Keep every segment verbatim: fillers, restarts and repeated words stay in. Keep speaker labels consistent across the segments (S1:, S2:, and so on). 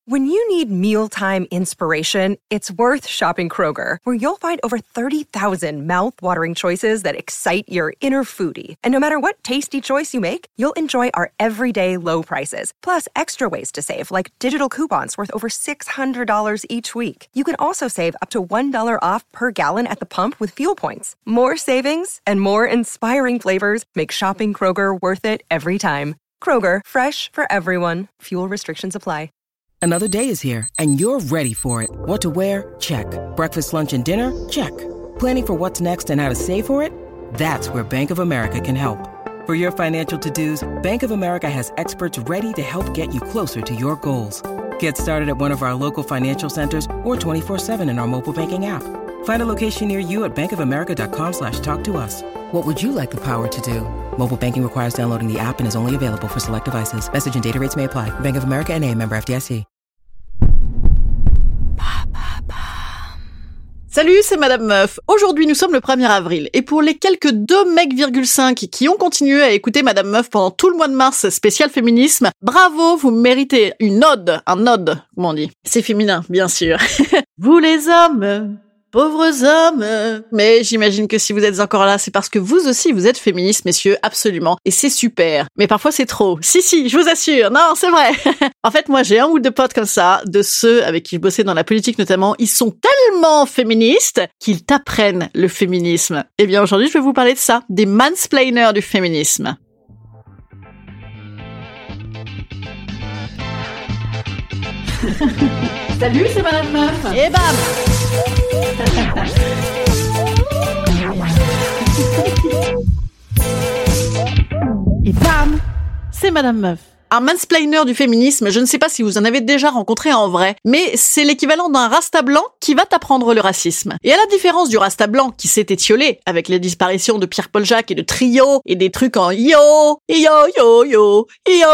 S1: When you need mealtime inspiration, it's worth shopping Kroger, where you'll find over thirty thousand mouth-watering choices that excite your inner foodie. And no matter what tasty choice you make, you'll enjoy our everyday low prices, plus extra ways to save, like digital coupons worth over six hundred dollars each week. You can also save up to one dollar off per gallon at the pump with fuel points. More savings and more inspiring flavors make shopping Kroger worth it every time. Kroger, fresh for everyone. Fuel restrictions apply.
S2: Another day is here, and you're ready for it. What to wear? Check. Breakfast, lunch, and dinner? Check. Planning for what's next and how to save for it? That's where Bank of America can help. For your financial to-dos, Bank of America has experts ready to help get you closer to your goals. Get started at one of our local financial centers or twenty-four seven in our mobile banking app. Find a location near you at bankofamerica.com slash talk to us. What would you like the power to do? Mobile banking requires downloading the app and is only available for select devices. Message and data rates may apply. Bank of America N A, member F D I C.
S3: Salut, c'est Madame Meuf. Aujourd'hui, nous sommes le premier avril. Et pour les quelques deux virgule cinq mecs qui ont continué à écouter Madame Meuf pendant tout le mois de mars spécial féminisme, bravo, vous méritez une ode. Un ode, comment on dit? C'est féminin, bien sûr. Vous les hommes, pauvres hommes. Mais j'imagine que si vous êtes encore là, c'est parce que vous aussi, vous êtes féministes, messieurs, absolument. Et c'est super. Mais parfois, c'est trop. Si, si, je vous assure. Non, c'est vrai. En fait, moi, j'ai un ou deux potes comme ça, de ceux avec qui je bossais dans la politique notamment. Ils sont tellement féministes qu'ils t'apprennent le féminisme. Eh bien, aujourd'hui, je vais vous parler de ça. Des mansplainers du féminisme. Salut, c'est Madame Meuf. Et bam! Et bam, c'est Madame Meuf. Un mansplainer du féminisme, je ne sais pas si vous en avez déjà rencontré en vrai, mais c'est l'équivalent d'un rasta blanc qui va t'apprendre le racisme. Et à la différence du rasta blanc qui s'est étiolé avec les disparitions de Pierre-Paul Jacques et de Trio et des trucs en yo, yo, yo, yo,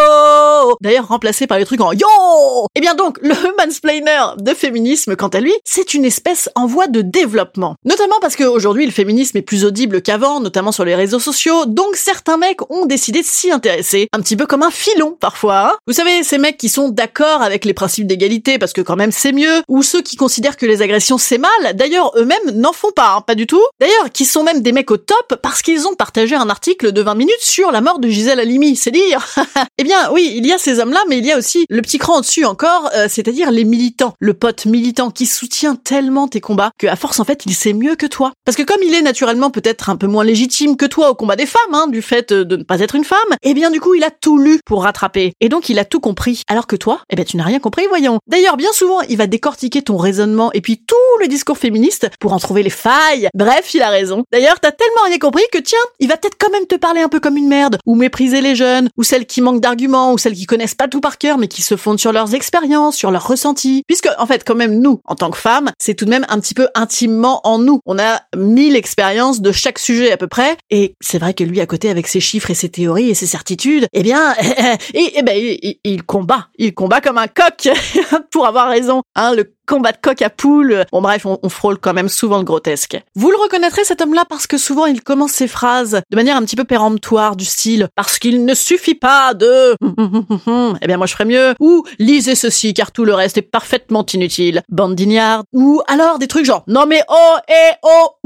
S3: yo, d'ailleurs remplacé par les trucs en yo. Et bien donc, le mansplainer de féminisme, quant à lui, c'est une espèce en voie de développement. Notamment parce qu'aujourd'hui, le féminisme est plus audible qu'avant, notamment sur les réseaux sociaux, donc certains mecs ont décidé de s'y intéresser, un petit peu comme un filon, parfois, hein. Vous savez, ces mecs qui sont d'accord avec les principes d'égalité parce que quand même c'est mieux, ou ceux qui considèrent que les agressions c'est mal, d'ailleurs eux-mêmes n'en font pas, hein, pas du tout. D'ailleurs, qui sont même des mecs au top parce qu'ils ont partagé un article de vingt minutes sur la mort de Gisèle Halimi, c'est dire. Eh bien, oui, il y a ces hommes-là, mais il y a aussi le petit cran au-dessus encore, euh, c'est-à-dire les militants, le pote militant qui soutient tellement tes combats que à force en fait il sait mieux que toi. Parce que comme il est naturellement peut-être un peu moins légitime que toi au combat des femmes, hein, du fait de ne pas être une femme, eh bien du coup il a tout lu pour rattraper. Et donc, il a tout compris. Alors que toi, eh ben, tu n'as rien compris, voyons. D'ailleurs, bien souvent, il va décortiquer ton raisonnement et puis tout le discours féministe pour en trouver les failles. Bref, il a raison. D'ailleurs, t'as tellement rien compris que tiens, il va peut-être quand même te parler un peu comme une merde, ou mépriser les jeunes, ou celles qui manquent d'arguments, ou celles qui connaissent pas tout par cœur, mais qui se fondent sur leurs expériences, sur leurs ressentis. Puisque, en fait, quand même, nous, en tant que femmes, c'est tout de même un petit peu intimement en nous. On a mille expériences de chaque sujet à peu près. Et c'est vrai que lui, à côté, avec ses chiffres et ses théories et ses certitudes, eh bien, et, eh ben, il, il combat. Il combat comme un coq pour avoir raison. Hein, le combat de coq à poule. Bon bref, on, on frôle quand même souvent le grotesque. Vous le reconnaîtrez cet homme-là parce que souvent il commence ses phrases de manière un petit peu péremptoire du style « parce qu'il ne suffit pas de... » Eh bien moi je ferais mieux. Ou « lisez ceci car tout le reste est parfaitement inutile. » Bande d'ignards. Ou alors des trucs genre « non mais oh, eh, oh, wouhou !»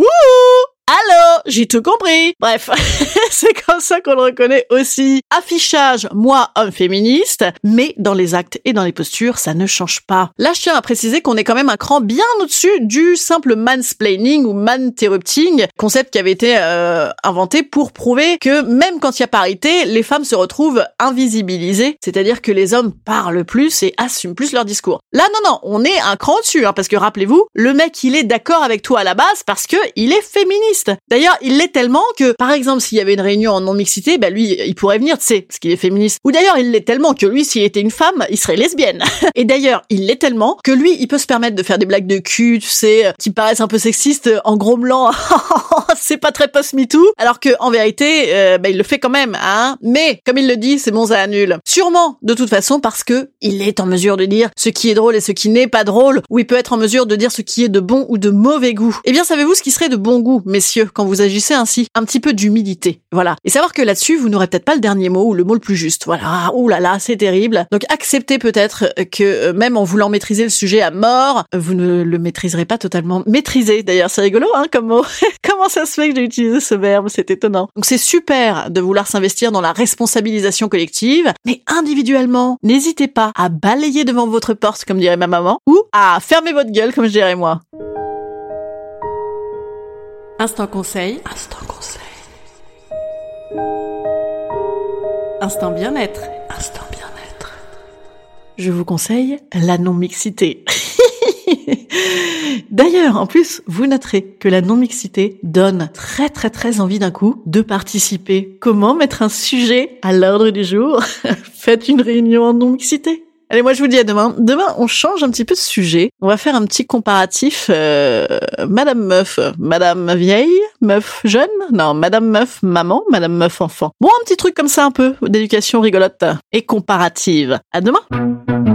S3: Allô, j'ai tout compris. Bref, c'est comme ça qu'on le reconnaît aussi. Affichage, moi, homme féministe, mais dans les actes et dans les postures, ça ne change pas. Là, je tiens à préciser qu'on est quand même un cran bien au-dessus du simple mansplaining ou manterrupting, concept qui avait été euh, inventé pour prouver que même quand il y a parité, les femmes se retrouvent invisibilisées, c'est-à-dire que les hommes parlent plus et assument plus leur discours. Là, non, non, on est un cran au-dessus, hein, parce que rappelez-vous, le mec, il est d'accord avec toi à la base parce que il est féministe. D'ailleurs, il l'est tellement que, par exemple, s'il y avait une réunion en non-mixité, bah lui, il pourrait venir, tu sais, parce qu'il est féministe. Ou d'ailleurs, il l'est tellement que lui, s'il était une femme, il serait lesbienne. Et d'ailleurs, il l'est tellement que lui, il peut se permettre de faire des blagues de cul, tu sais, qui paraissent un peu sexistes, en grommelant, c'est pas très post-MeToo, alors que en vérité, euh, bah il le fait quand même, hein. Mais, comme il le dit, c'est bon, ça annule. Sûrement, de toute façon, parce que il est en mesure de dire ce qui est drôle et ce qui n'est pas drôle, ou il peut être en mesure de dire ce qui est de bon ou de mauvais goût. Eh bien, savez-vous ce qui serait de bon goût, mais messieurs, quand vous agissez ainsi. Un petit peu d'humilité. Voilà. Et savoir que là-dessus, vous n'aurez peut-être pas le dernier mot ou le mot le plus juste. Voilà. Ouh là là, c'est terrible. Donc acceptez peut-être que même en voulant maîtriser le sujet à mort, vous ne le maîtriserez pas totalement. Maîtriser, d'ailleurs, c'est rigolo, hein, comme mot. Comment ça se fait que j'ai utilisé ce verbe? C'est étonnant. Donc c'est super de vouloir s'investir dans la responsabilisation collective, mais individuellement, n'hésitez pas à balayer devant votre porte, comme dirait ma maman, ou à fermer votre gueule, comme je dirais moi. Instant conseil. Instant conseil. Instant bien-être. Instant bien-être. Je vous conseille la non-mixité. D'ailleurs, en plus, vous noterez que la non-mixité donne très très très envie d'un coup de participer. Comment mettre un sujet à l'ordre du jour? Faites une réunion en non-mixité. Allez, moi je vous dis à demain. Demain, on change un petit peu de sujet. On va faire un petit comparatif euh, Madame Meuf, Madame Vieille, Meuf Jeune. Non, Madame Meuf Maman, Madame Meuf Enfant. Bon, un petit truc comme ça un peu d'éducation rigolote et comparative. À demain.